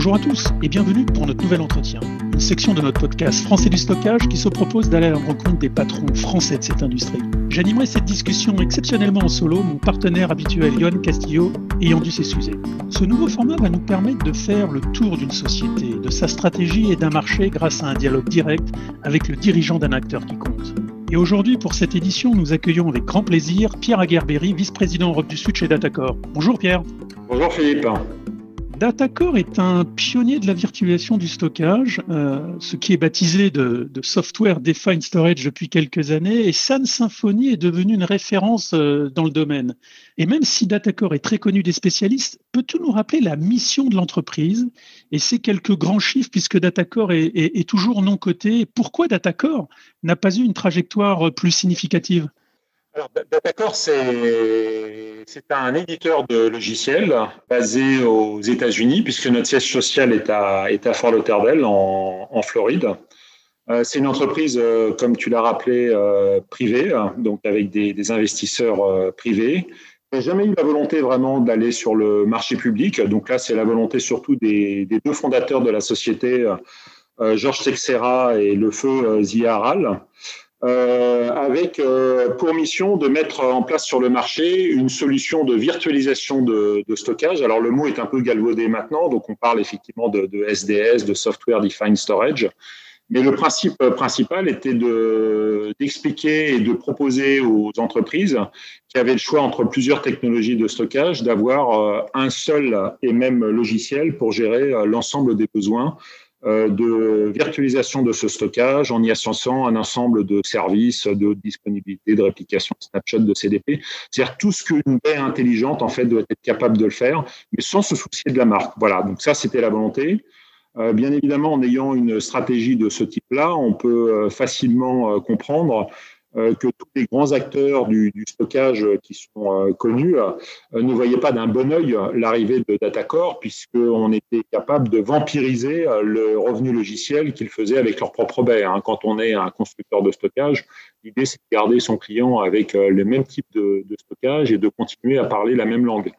Bonjour à tous et bienvenue pour notre nouvel entretien, une section de notre podcast Français du stockage qui se propose d'aller à la rencontre des patrons français de cette industrie. J'animerai cette discussion exceptionnellement en solo, mon partenaire habituel Yoann Castillo ayant dû s'excuser. Ce nouveau format va nous permettre de faire le tour d'une société, de sa stratégie et d'un marché grâce à un dialogue direct avec le dirigeant d'un acteur qui compte. Et aujourd'hui, pour cette édition, nous accueillons avec grand plaisir Pierre Aguerberry, vice-président Europe du Sud chez Datacor. Bonjour Pierre. Bonjour Philippe. Datacor est un pionnier de la virtualisation du stockage, ce qui est baptisé de Software Defined Storage depuis quelques années, et Sun Symphony est devenu une référence dans le domaine. Et même si Datacor est très connu des spécialistes, peux-tu nous rappeler la mission de l'entreprise et ces quelques grands chiffres, puisque Datacor est toujours non coté? Pourquoi Datacor n'a pas eu une trajectoire plus significative? Alors, Datacor, c'est un éditeur de logiciels basé aux États-Unis, puisque notre siège social est à Fort Lauderdale, en Floride. C'est une entreprise, comme tu l'as rappelé, privée, donc avec des investisseurs privés. Il n'y a jamais eu la volonté vraiment d'aller sur le marché public. Donc là, c'est la volonté surtout des deux fondateurs de la société, Georges Texeira et le feu Zia Harral. Avec pour mission de mettre en place sur le marché une solution de virtualisation de stockage. Alors le mot est un peu galvaudé maintenant, donc on parle effectivement de SDS, de Software Defined Storage, mais le principe principal était d'expliquer et de proposer aux entreprises qui avaient le choix entre plusieurs technologies de stockage d'avoir un seul et même logiciel pour gérer l'ensemble des besoins de virtualisation de ce stockage en y associant un ensemble de services, de disponibilité, de réplication, de snapshot, de CDP. C'est-à-dire tout ce qu'une baie intelligente en fait doit être capable de le faire, mais sans se soucier de la marque. Voilà, donc ça c'était la volonté. Bien évidemment, en ayant une stratégie de ce type-là, on peut facilement comprendre que tous les grands acteurs du stockage qui sont connus ne voyaient pas d'un bon œil l'arrivée de Datacor, puisqu'on était capable de vampiriser le revenu logiciel qu'ils faisaient avec leur propre baie. Quand on est un constructeur de stockage, l'idée c'est de garder son client avec le même type de stockage et de continuer à parler la même langue.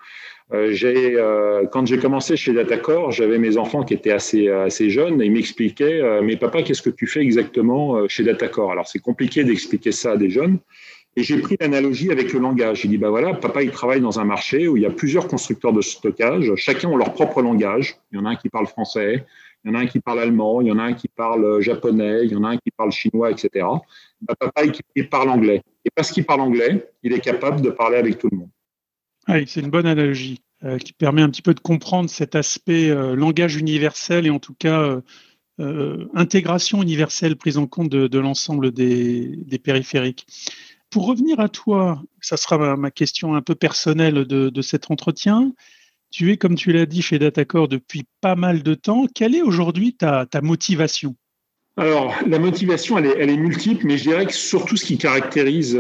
Quand j'ai commencé chez Datacor, j'avais mes enfants qui étaient assez jeunes et ils m'expliquaient mais papa, qu'est-ce que tu fais exactement chez Datacor? Alors c'est compliqué d'expliquer ça à des jeunes et j'ai pris l'analogie avec le langage. J'ai dit voilà, papa il travaille dans un marché où il y a plusieurs constructeurs de stockage, chacun ont leur propre langage. Il y en a un qui parle français, il y en a un qui parle allemand, il y en a un qui parle japonais, il y en a un qui parle chinois, etc. Papa il parle anglais et parce qu'il parle anglais, il est capable de parler avec tout le monde. Oui, c'est une bonne analogie qui permet un petit peu de comprendre cet aspect langage universel et en tout cas intégration universelle prise en compte de l'ensemble des périphériques. Pour revenir à toi, ça sera ma question un peu personnelle de cet entretien. Tu es, comme tu l'as dit, chez Datacor depuis pas mal de temps. Quelle est aujourd'hui ta motivation ? Alors, la motivation, elle est multiple, mais je dirais que surtout ce qui caractérise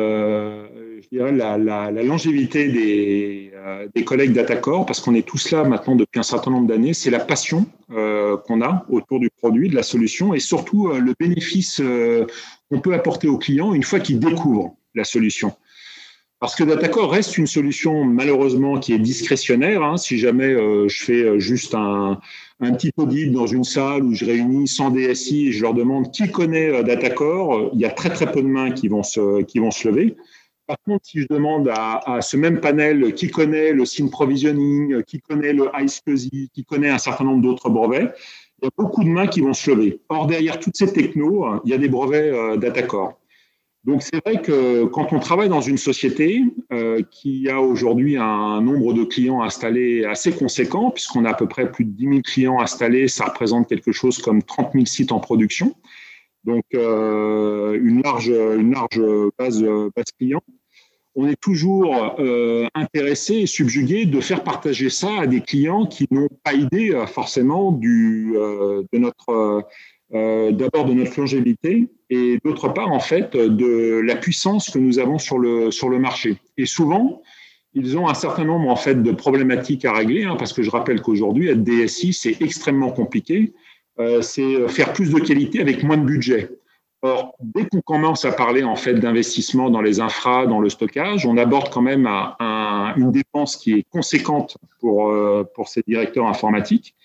la longévité des collègues Datacor, parce qu'on est tous là maintenant depuis un certain nombre d'années, c'est la passion qu'on a autour du produit, de la solution, et surtout le bénéfice qu'on peut apporter aux clients une fois qu'ils découvrent la solution. Parce que Datacor reste une solution malheureusement qui est discrétionnaire. Si jamais je fais juste un petit audit dans une salle où je réunis 100 DSI et je leur demande qui connaît Datacor, il y a très très peu de mains qui vont se lever. Par contre, si je demande à ce même panel qui connaît le SIEM Provisioning, qui connaît le iSCSI, qui connaît un certain nombre d'autres brevets, il y a beaucoup de mains qui vont se lever. Or, derrière toutes ces technos, il y a des brevets Datacor. Donc, c'est vrai que quand on travaille dans une société qui a aujourd'hui un nombre de clients installés assez conséquent, puisqu'on a à peu près plus de 10 000 clients installés, ça représente quelque chose comme 30 000 sites en production. Donc, une large base client. On est toujours intéressé et subjugué de faire partager ça à des clients qui n'ont pas idée forcément d'abord de notre longévité et d'autre part en fait de la puissance que nous avons sur le marché. Et souvent, ils ont un certain nombre en fait de problématiques à régler, parce que je rappelle qu'aujourd'hui être DSI c'est extrêmement compliqué. C'est faire plus de qualité avec moins de budget. Or, dès qu'on commence à parler en fait d'investissement dans les infras, dans le stockage, on aborde quand même une dépense qui est conséquente pour ces directeurs informatiques.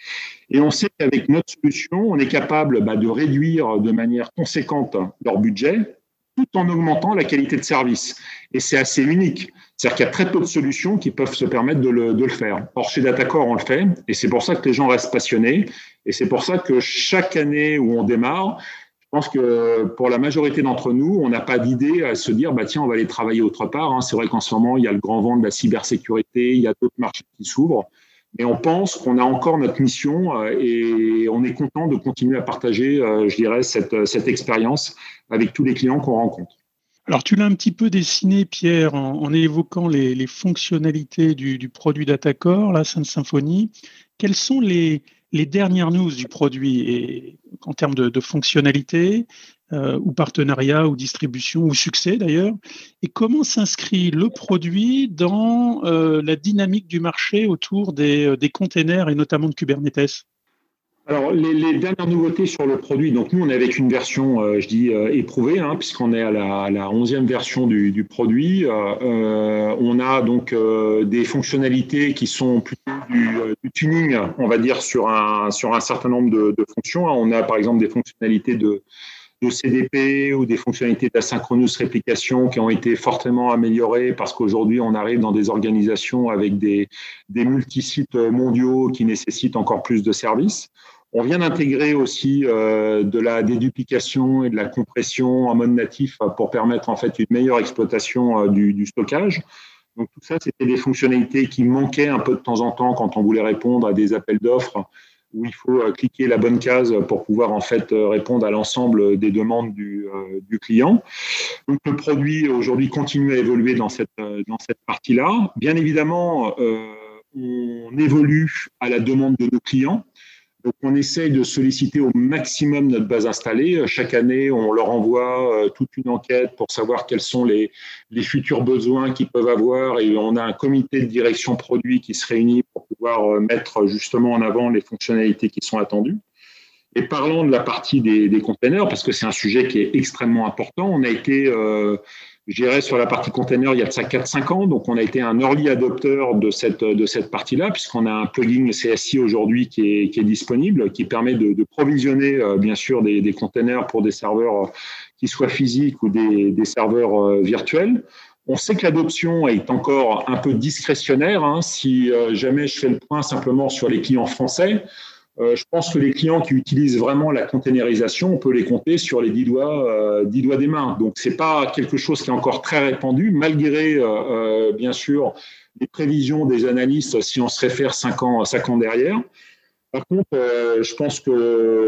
Et on sait qu'avec notre solution, on est capable de réduire de manière conséquente leur budget tout en augmentant la qualité de service. Et c'est assez unique. C'est-à-dire qu'il y a très peu de solutions qui peuvent se permettre de le faire. Or, chez Datacor, on le fait. Et c'est pour ça que les gens restent passionnés. Et c'est pour ça que chaque année où on démarre, je pense que pour la majorité d'entre nous, on n'a pas d'idée à se dire, tiens, on va aller travailler autre part. C'est vrai qu'en ce moment, il y a le grand vent de la cybersécurité, il y a d'autres marchés qui s'ouvrent. Mais on pense qu'on a encore notre mission et on est content de continuer à partager, je dirais, cette expérience avec tous les clients qu'on rencontre. Alors, tu l'as un petit peu dessiné, Pierre, en évoquant les fonctionnalités du produit Datacor, la Sainte Symphony. Quelles sont les dernières news du produit et, en termes de fonctionnalités ou partenariat ou distribution ou succès d'ailleurs? Et comment s'inscrit le produit dans la dynamique du marché autour des containers et notamment de Kubernetes? Alors, les dernières nouveautés sur le produit, donc nous, on est avec une version, éprouvée, puisqu'on est à la 11e version du produit. On a donc des fonctionnalités qui sont plutôt du tuning, on va dire, sur un certain nombre de fonctions. On a, par exemple, des fonctionnalités de CDP ou des fonctionnalités d'asynchronous réplication qui ont été fortement améliorées parce qu'aujourd'hui, on arrive dans des organisations avec des multisites mondiaux qui nécessitent encore plus de services. On vient d'intégrer aussi de la déduplication et de la compression en mode natif pour permettre en fait une meilleure exploitation du stockage. Donc tout ça, c'était des fonctionnalités qui manquaient un peu de temps en temps quand on voulait répondre à des appels d'offres où il faut cliquer la bonne case pour pouvoir en fait répondre à l'ensemble des demandes du client. Donc le produit aujourd'hui continue à évoluer dans cette partie-là. Bien évidemment, on évolue à la demande de nos clients. Donc, on essaye de solliciter au maximum notre base installée. Chaque année, on leur envoie toute une enquête pour savoir quels sont les futurs besoins qu'ils peuvent avoir. Et on a un comité de direction produit qui se réunit pour pouvoir mettre justement en avant les fonctionnalités qui sont attendues. Et parlons de la partie des containers, parce que c'est un sujet qui est extrêmement important. On a été, je dirais, sur la partie container, il y a de ça 4-5 ans. Donc, on a été un early adopter de cette partie-là, puisqu'on a un plugin CSI aujourd'hui qui est disponible, qui permet de provisionner, bien sûr, des containers pour des serveurs qui soient physiques ou des serveurs virtuels. On sait que l'adoption est encore un peu discrétionnaire. Si jamais je fais le point simplement sur les clients français, je pense que les clients qui utilisent vraiment la containerisation, on peut les compter sur les 10 doigts des mains. Donc, ce n'est pas quelque chose qui est encore très répandu, malgré, bien sûr, les prévisions des analystes si on se réfère 5 ans derrière. Par contre, je pense qu'on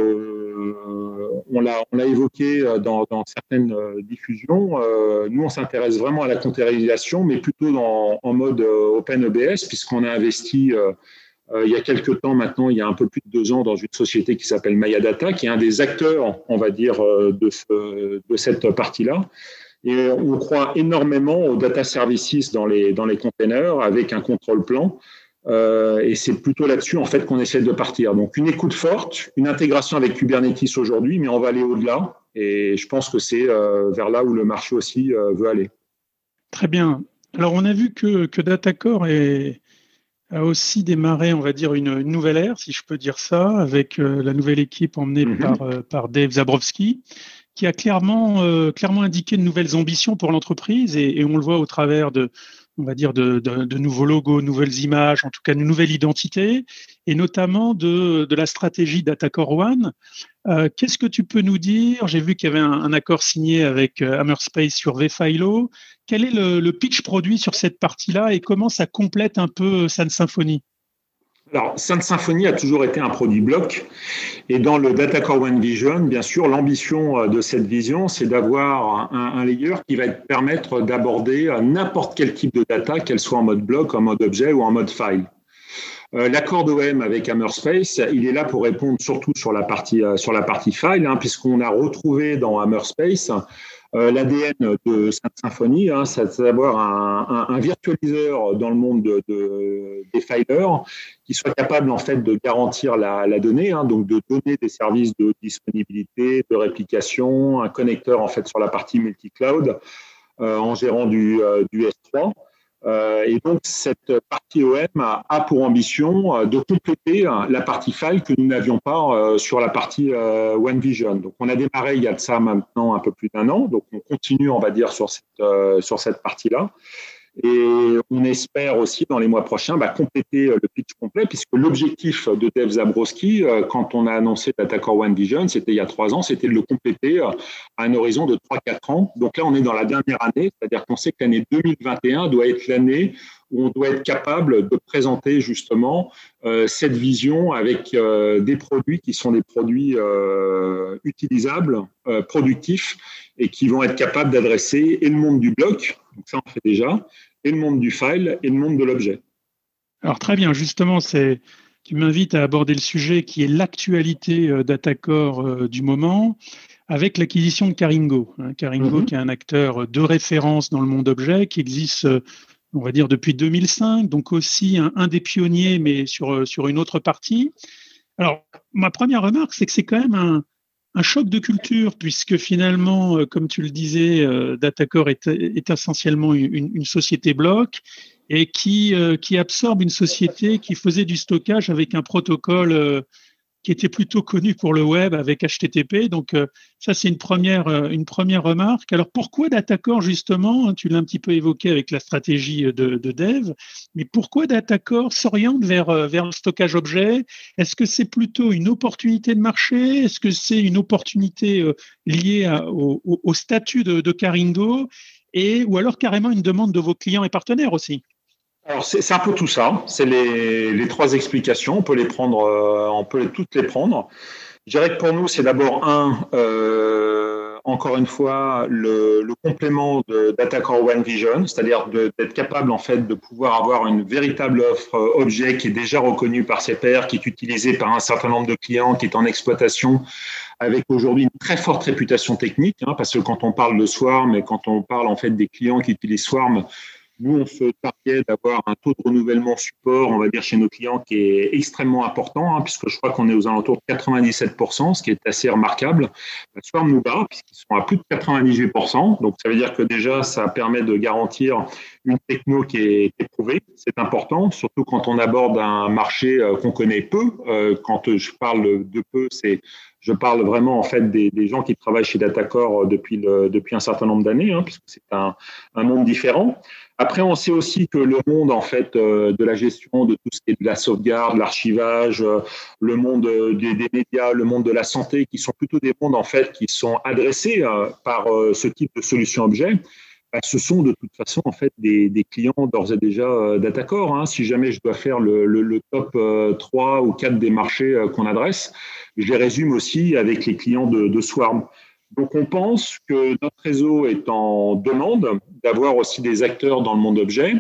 l'a évoqué dans certaines diffusions. Nous, on s'intéresse vraiment à la containerisation, mais plutôt en mode OpenEBS, puisqu'on a investi il y a quelques temps maintenant, il y a un peu plus de 2 ans, dans une société qui s'appelle Mayadata, qui est un des acteurs, on va dire, de cette partie-là. Et on croit énormément aux data services dans les containers avec un contrôle plan. Et c'est plutôt là-dessus, en fait, qu'on essaie de partir. Donc, une écoute forte, une intégration avec Kubernetes aujourd'hui, mais on va aller au-delà. Et je pense que c'est vers là où le marché aussi veut aller. Très bien. Alors, on a vu que Datacor a aussi démarré, on va dire, une nouvelle ère, si je peux dire ça, avec la nouvelle équipe emmenée par Dave Zabrowski, qui a clairement indiqué de nouvelles ambitions pour l'entreprise et on le voit au travers on va dire, de nouveaux logos, nouvelles images, en tout cas une nouvelle identité, et notamment de la stratégie Datacor One. Qu'est-ce que tu peux nous dire? J'ai vu qu'il y avait un accord signé avec Hammerspace sur vFilo. Quel est le pitch produit sur cette partie-là et comment ça complète un peu Sainte Symphony? Alors, Sainte Symphony a toujours été un produit bloc. Et dans le Datacor One Vision, bien sûr, l'ambition de cette vision, c'est d'avoir un layer qui va permettre d'aborder n'importe quel type de data, qu'elle soit en mode bloc, en mode objet ou en mode file. L'accord d'OM avec Hammerspace, il est là pour répondre surtout sur la partie file, puisqu'on a retrouvé dans Hammerspace l'ADN de Sainte Symphony, c'est d'avoir un virtualiseur dans le monde des filers qui soit capable en fait de garantir la donnée, donc de donner des services de disponibilité, de réplication, un connecteur en fait sur la partie multi-cloud en gérant du S3. Et donc, cette partie OM a pour ambition de compléter la partie file que nous n'avions pas sur la partie OneVision. Donc, on a démarré il y a de ça maintenant un peu plus d'1 an. Donc, on continue, on va dire, sur cette partie-là. Et on espère aussi dans les mois prochains compléter le pitch complet, puisque l'objectif de Dave Zabrowski, quand on a annoncé DataCore OneVision, c'était il y a 3 ans, c'était de le compléter à un horizon de 3-4 ans. Donc là, on est dans la dernière année, c'est-à-dire qu'on sait que l'année 2021 doit être l'année où on doit être capable de présenter justement cette vision avec des produits qui sont des produits utilisables, productifs, et qui vont être capables d'adresser et le monde du bloc, donc ça on fait déjà, et le monde du file et le monde de l'objet. Alors très bien, justement, tu m'invites à aborder le sujet qui est l'actualité DataCore du moment, avec l'acquisition de Caringo. Caringo, qui est un acteur de référence dans le monde objet, qui existe, on va dire, depuis 2005, donc aussi un des pionniers, mais sur une autre partie. Alors, ma première remarque, c'est que c'est quand même un choc de culture, puisque finalement, comme tu le disais, DataCore est essentiellement une société bloc et qui absorbe une société qui faisait du stockage avec un protocole qui était plutôt connu pour le web avec HTTP. Donc, ça, c'est une première remarque. Alors, pourquoi DataCore, justement, tu l'as un petit peu évoqué avec la stratégie de Dev, mais pourquoi DataCore s'oriente vers le stockage objet? Est-ce que c'est plutôt une opportunité de marché? Est-ce que c'est une opportunité liée au statut de Caringo, ou alors carrément une demande de vos clients et partenaires aussi? Alors, c'est un peu tout ça. C'est les 3 explications. On peut les prendre, on peut toutes les prendre. Je dirais que pour nous, c'est d'abord encore une fois, le complément de DataCore OneVision, c'est-à-dire d'être capable en fait de pouvoir avoir une véritable offre objet qui est déjà reconnue par ses pairs, qui est utilisée par un certain nombre de clients, qui est en exploitation, avec aujourd'hui une très forte réputation technique, parce que quand on parle de Swarm et quand on parle en fait des clients qui utilisent Swarm, nous, on se target d'avoir un taux de renouvellement support, on va dire, chez nos clients qui est extrêmement important, puisque je crois qu'on est aux alentours de 97%, ce qui est assez remarquable. Swarm nous bat, puisqu'ils sont à plus de 98%. Donc, ça veut dire que déjà, ça permet de garantir une techno qui est éprouvée. C'est important, surtout quand on aborde un marché qu'on connaît peu. Quand je parle de peu, je parle vraiment en fait des gens qui travaillent chez DataCore depuis un certain nombre d'années, puisque c'est un monde différent. Après, on sait aussi que le monde en fait de la gestion de tout ce qui est de la sauvegarde, l'archivage, le monde des médias, le monde de la santé, qui sont plutôt des mondes en fait qui sont adressés par ce type de solution objet. Ce sont de toute façon en fait des clients d'ores et déjà DataCore. Si jamais je dois faire le top 3 ou 4 des marchés qu'on adresse, je les résume aussi avec les clients de Swarm. Donc, on pense que notre réseau est en demande d'avoir aussi des acteurs dans le monde objet.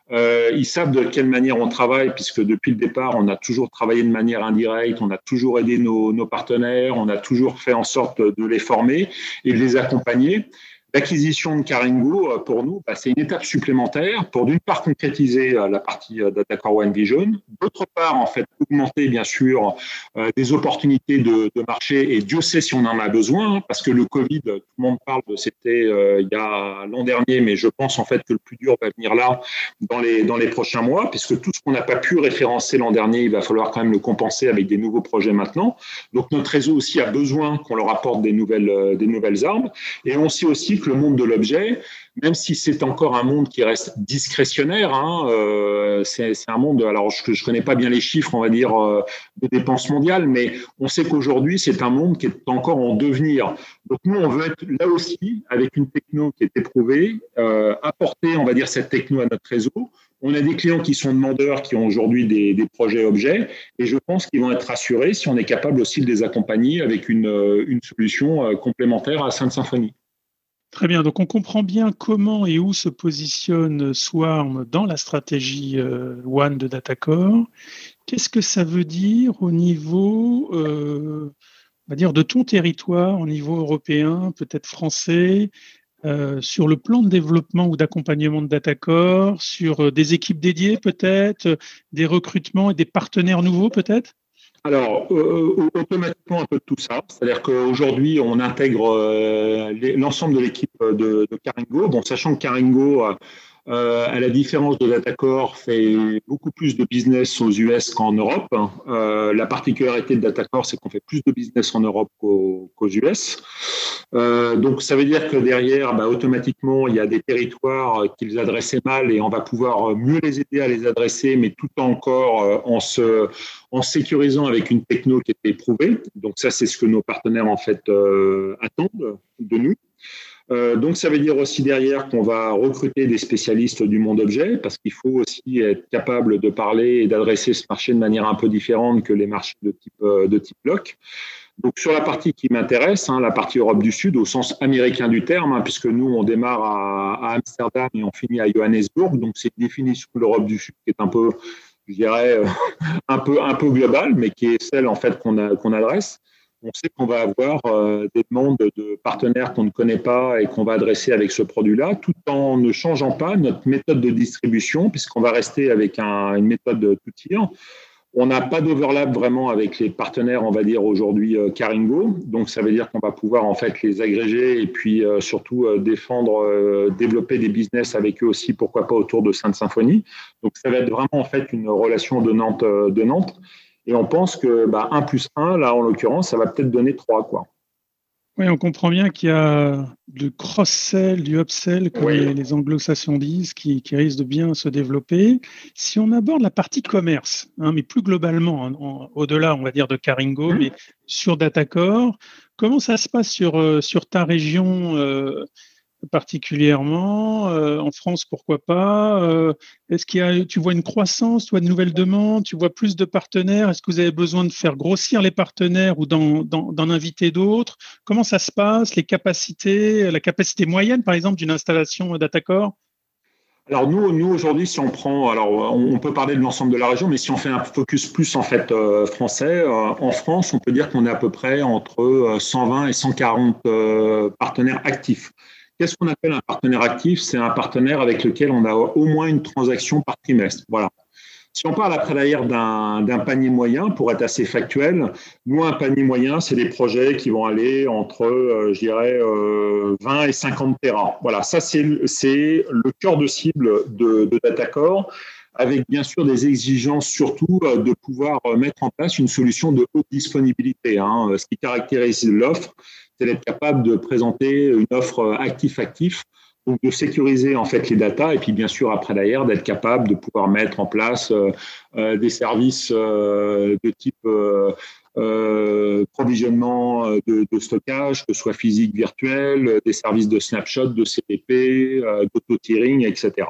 Ils savent de quelle manière on travaille, puisque depuis le départ, on a toujours travaillé de manière indirecte, on a toujours aidé nos partenaires, on a toujours fait en sorte de les former et de les accompagner. L'acquisition de Caringo, pour nous, c'est une étape supplémentaire pour d'une part concrétiser la partie DataCore OneVision, d'autre part, en fait, augmenter bien sûr des opportunités de marché, et Dieu sait si on en a besoin, parce que le Covid, tout le monde parle de c'était il y a l'an dernier, mais je pense en fait que le plus dur va venir là dans les prochains mois, puisque tout ce qu'on n'a pas pu référencer l'an dernier, il va falloir quand même le compenser avec des nouveaux projets maintenant. Donc notre réseau aussi a besoin qu'on leur apporte des nouvelles armes, et on sait aussi que le monde de l'objet, même si c'est encore un monde qui reste discrétionnaire, c'est un monde, alors je ne connais pas bien les chiffres, on va dire, de dépenses mondiales, mais on sait qu'aujourd'hui, c'est un monde qui est encore en devenir. Donc nous, on veut être là aussi, avec une techno qui est éprouvée, apporter, on va dire, cette techno à notre réseau. On a des clients qui sont demandeurs, qui ont aujourd'hui des projets objets, et je pense qu'ils vont être rassurés si on est capable aussi de les accompagner avec une solution complémentaire à Sainte Symphonie. Très bien, donc on comprend bien comment et où se positionne Swarm dans la stratégie One de DataCore. Qu'est-ce que ça veut dire au niveau, on va dire, de ton territoire, au niveau européen, peut-être français, sur le plan de développement ou d'accompagnement de DataCore, sur des équipes dédiées peut-être, des recrutements et des partenaires nouveaux peut-être? Alors, automatiquement, un peu de tout ça. C'est-à-dire qu'aujourd'hui, on intègre l'ensemble de l'équipe de Caringo. Bon, sachant que Caringo À la différence de Datacore, fait beaucoup plus de business aux US qu'en Europe. La particularité de Datacore, c'est qu'on fait plus de business en Europe qu'aux US. Donc, ça veut dire que derrière, automatiquement, il y a des territoires qu'ils adressaient mal et on va pouvoir mieux les aider à les adresser, mais tout encore en sécurisant avec une techno qui est éprouvée. Donc, ça, c'est ce que nos partenaires, en fait, attendent de nous. Donc, ça veut dire aussi derrière qu'on va recruter des spécialistes du monde objet parce qu'il faut aussi être capable de parler et d'adresser ce marché de manière un peu différente que les marchés de type bloc. Donc, sur la partie qui m'intéresse, la partie Europe du Sud, au sens américain du terme, puisque nous, on démarre à Amsterdam et on finit à Johannesburg. Donc, c'est une définition de l'Europe du Sud qui est un peu, je dirais, un peu globale, mais qui est celle, en fait, qu'on adresse. On sait qu'on va avoir des demandes de partenaires qu'on ne connaît pas et qu'on va adresser avec ce produit-là, tout en ne changeant pas notre méthode de distribution, puisqu'on va rester avec une méthode de tout-tiers. On n'a pas d'overlap vraiment avec les partenaires, on va dire aujourd'hui Caringo. Donc, ça veut dire qu'on va pouvoir en fait les agréger et puis surtout développer des business avec eux aussi, pourquoi pas autour de Sainte Symphonie. Donc, ça va être vraiment en fait une relation de Nantes. Et on pense que 1 plus 1, là, en l'occurrence, ça va peut-être donner 3, quoi. Oui, on comprend bien qu'il y a du cross-sell, du upsell, comme Oui. les anglo-saxons disent, qui risque de bien se développer. Si on aborde la partie commerce, mais plus globalement, au-delà, on va dire, de Caringo, mais sur Datacore, comment ça se passe sur ta région particulièrement, en France, pourquoi pas? Est-ce tu vois une croissance, tu vois de nouvelles demandes, tu vois plus de partenaires? Est-ce que vous avez besoin de faire grossir les partenaires ou d'en inviter d'autres? Comment ça se passe? La capacité moyenne, par exemple, d'une installation Datacore? Alors nous aujourd'hui, si on prend, alors on peut parler de l'ensemble de la région, mais si on fait un focus plus en fait français, en France, on peut dire qu'on est à peu près entre 120 et 140 partenaires actifs. Qu'est-ce qu'on appelle un partenaire actif? C'est un partenaire avec lequel on a au moins une transaction par trimestre. Voilà. Si on parle après d'ailleurs d'un panier moyen, pour être assez factuel, nous, un panier moyen, c'est des projets qui vont aller entre, je dirais, 20 et 50 terras. Voilà, ça, c'est le cœur de cible de Datacore, avec bien sûr des exigences surtout de pouvoir mettre en place une solution de haute disponibilité. Ce qui caractérise l'offre, c'est d'être capable de présenter une offre actif-actif, donc de sécuriser en fait les datas et puis bien sûr après d'ailleurs d'être capable de pouvoir mettre en place des services de type provisionnement de stockage, que ce soit physique, virtuel, des services de snapshot, de CDP, d'auto-tiering, etc.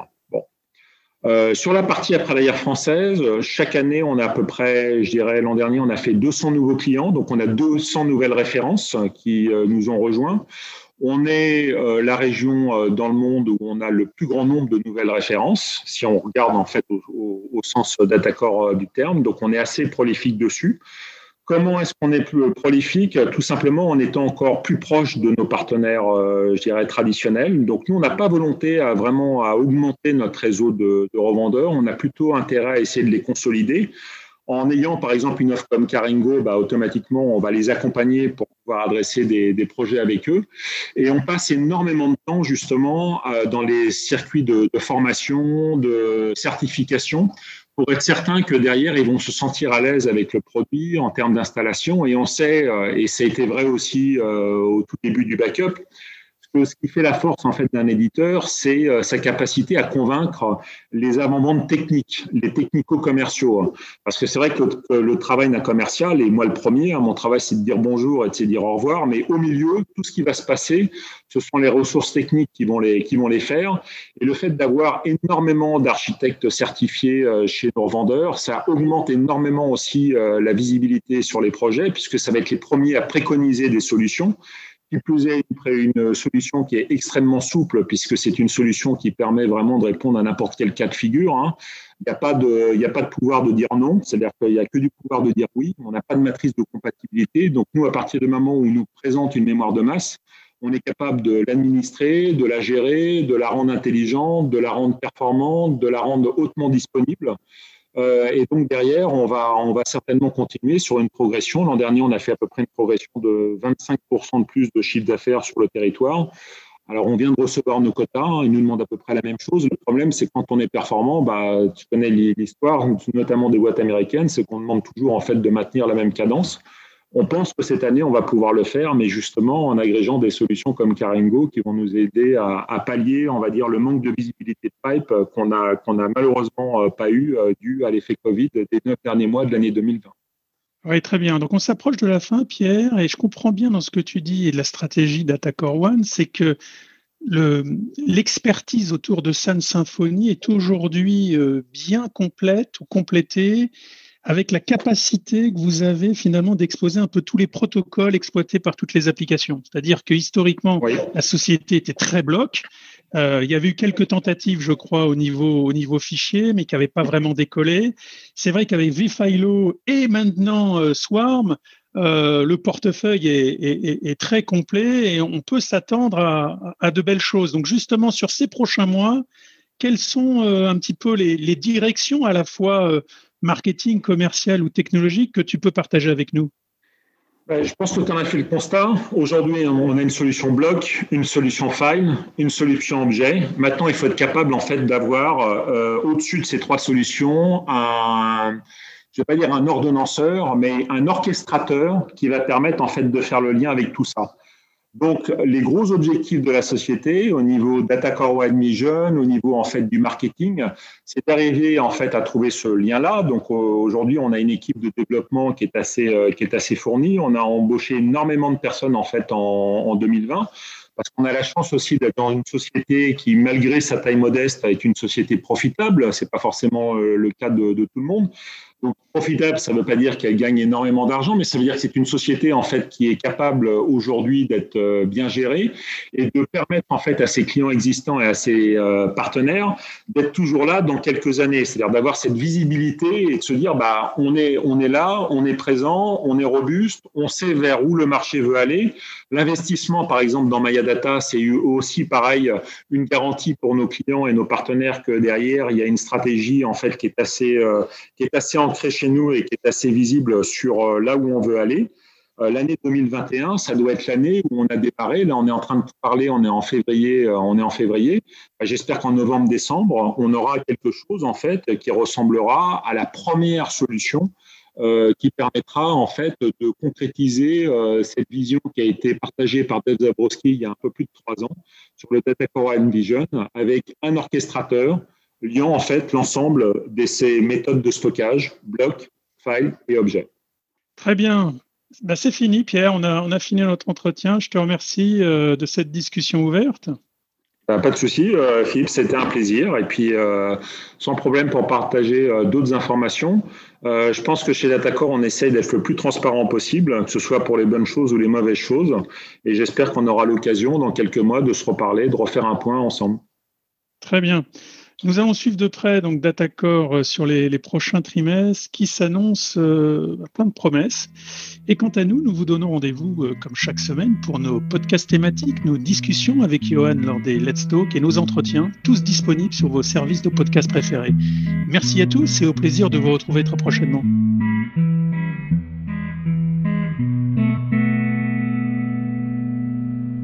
Sur la partie après d'ailleurs française, chaque année, on a à peu près, je dirais, l'an dernier, on a fait 200 nouveaux clients, donc on a 200 nouvelles références qui nous ont rejoints. On est la région dans le monde où on a le plus grand nombre de nouvelles références, si on regarde en fait au sens Datacore du terme, donc on est assez prolifique dessus. Comment est-ce qu'on est plus prolifique? Tout simplement en étant encore plus proche de nos partenaires, je dirais, traditionnels. Donc, nous, on n'a pas volonté à augmenter notre réseau de revendeurs. On a plutôt intérêt à essayer de les consolider. En ayant, par exemple, une offre comme Caringo, automatiquement, on va les accompagner pour pouvoir adresser des projets avec eux. Et on passe énormément de temps, justement, dans les circuits de formation, de certification, pour être certain que derrière, ils vont se sentir à l'aise avec le produit en termes d'installation. Et on sait, et ça a été vrai aussi au tout début du backup, que ce qui fait la force en fait d'un éditeur, c'est sa capacité à convaincre les avant-ventes techniques, les technico-commerciaux. Parce que c'est vrai que le travail d'un commercial, et moi le premier, mon travail c'est de dire bonjour et de dire au revoir, mais au milieu, tout ce qui va se passer, ce sont les ressources techniques qui vont les faire. Et le fait d'avoir énormément d'architectes certifiés chez nos revendeurs, ça augmente énormément aussi la visibilité sur les projets, puisque ça va être les premiers à préconiser des solutions. Qui plus est, une solution qui est extrêmement souple, puisque c'est une solution qui permet vraiment de répondre à n'importe quel cas de figure. Il n'y a pas de pouvoir de dire non, c'est-à-dire qu'il n'y a que du pouvoir de dire oui. On n'a pas de matrice de compatibilité. Donc, nous, à partir du moment où ils nous présentent une mémoire de masse, on est capable de l'administrer, de la gérer, de la rendre intelligente, de la rendre performante, de la rendre hautement disponible. Et donc derrière, on va certainement continuer sur une progression. L'an dernier, on a fait à peu près une progression de 25% de plus de chiffre d'affaires sur le territoire, Alors, on vient de recevoir nos quotas, ils nous demandent à peu près la même chose. Le problème, c'est que quand on est performant, tu connais l'histoire, notamment des boîtes américaines, c'est qu'on demande toujours en fait de maintenir la même cadence. On pense que cette année, on va pouvoir le faire, mais justement en agrégeant des solutions comme Caringo qui vont nous aider à pallier, on va dire, le manque de visibilité de pipe qu'on a malheureusement pas eu dû à l'effet Covid des 9 derniers mois de l'année 2020. Oui, très bien. Donc, on s'approche de la fin, Pierre, et je comprends bien dans ce que tu dis et de la stratégie d'Attacker One, c'est que l'expertise autour de Sun Symfony est aujourd'hui bien complète ou complétée avec la capacité que vous avez finalement d'exposer un peu tous les protocoles exploités par toutes les applications. C'est-à-dire que historiquement, oui, la société était très bloc. Il y avait eu quelques tentatives, je crois, au niveau fichier, mais qui n'avaient pas vraiment décollé. C'est vrai qu'avec vFilo et maintenant Swarm, le portefeuille est très complet et on peut s'attendre à de belles choses. Donc justement, sur ces prochains mois, quelles sont un petit peu les directions à la fois marketing, commercial ou technologique que tu peux partager avec nous? Je pense que tu en as fait le constat. Aujourd'hui, on a une solution bloc, une solution file, une solution objet. Maintenant, il faut être capable en fait d'avoir au-dessus de ces trois solutions je ne vais pas dire un ordonnanceur, mais un orchestrateur qui va permettre en fait de faire le lien avec tout ça. Donc, les gros objectifs de la société au niveau d'Attacker One Mission, au niveau en fait du marketing, c'est d'arriver en fait à trouver ce lien-là. Donc, aujourd'hui, on a une équipe de développement qui est assez fournie. On a embauché énormément de personnes en fait en 2020. Parce qu'on a la chance aussi d'être dans une société qui, malgré sa taille modeste, est une société profitable. Ce n'est pas forcément le cas de tout le monde. Donc, profitable, ça ne veut pas dire qu'elle gagne énormément d'argent, mais ça veut dire que c'est une société en fait qui est capable aujourd'hui d'être bien gérée et de permettre en fait à ses clients existants et à ses partenaires d'être toujours là dans quelques années. C'est-à-dire d'avoir cette visibilité et de se dire on est là, on est présent, on est robuste, on sait vers où le marché veut aller. L'investissement, par exemple, dans Mayadata, c'est aussi pareil, une garantie pour nos clients et nos partenaires que derrière, il y a une stratégie en fait qui est assez ancrée chez nous et qui est assez visible sur là où on veut aller. L'année 2021, ça doit être l'année où on a démarré. Là, on est en train de parler, on est en février. J'espère qu'en novembre-décembre, on aura quelque chose en fait qui ressemblera à la première solution qui permettra en fait de concrétiser cette vision qui a été partagée par Dave Zabrowski il y a un peu plus de 3 ans sur le Attacker One Vision avec un orchestrateur liant en fait l'ensemble de ces méthodes de stockage, bloc, file et objet. Très bien. C'est fini, Pierre. On a fini notre entretien. Je te remercie de cette discussion ouverte. Pas de souci, Philippe, c'était un plaisir. Et puis, sans problème pour partager d'autres informations. Je pense que chez Datacore, on essaye d'être le plus transparent possible, que ce soit pour les bonnes choses ou les mauvaises choses. Et j'espère qu'on aura l'occasion, dans quelques mois, de se reparler, de refaire un point ensemble. Très bien. Nous allons suivre de près donc Datacore sur les prochains trimestres qui s'annoncent plein de promesses. Et quant à nous, nous vous donnons rendez-vous comme chaque semaine pour nos podcasts thématiques, nos discussions avec Johan lors des Let's Talk et nos entretiens, tous disponibles sur vos services de podcast préférés. Merci à tous et au plaisir de vous retrouver très prochainement.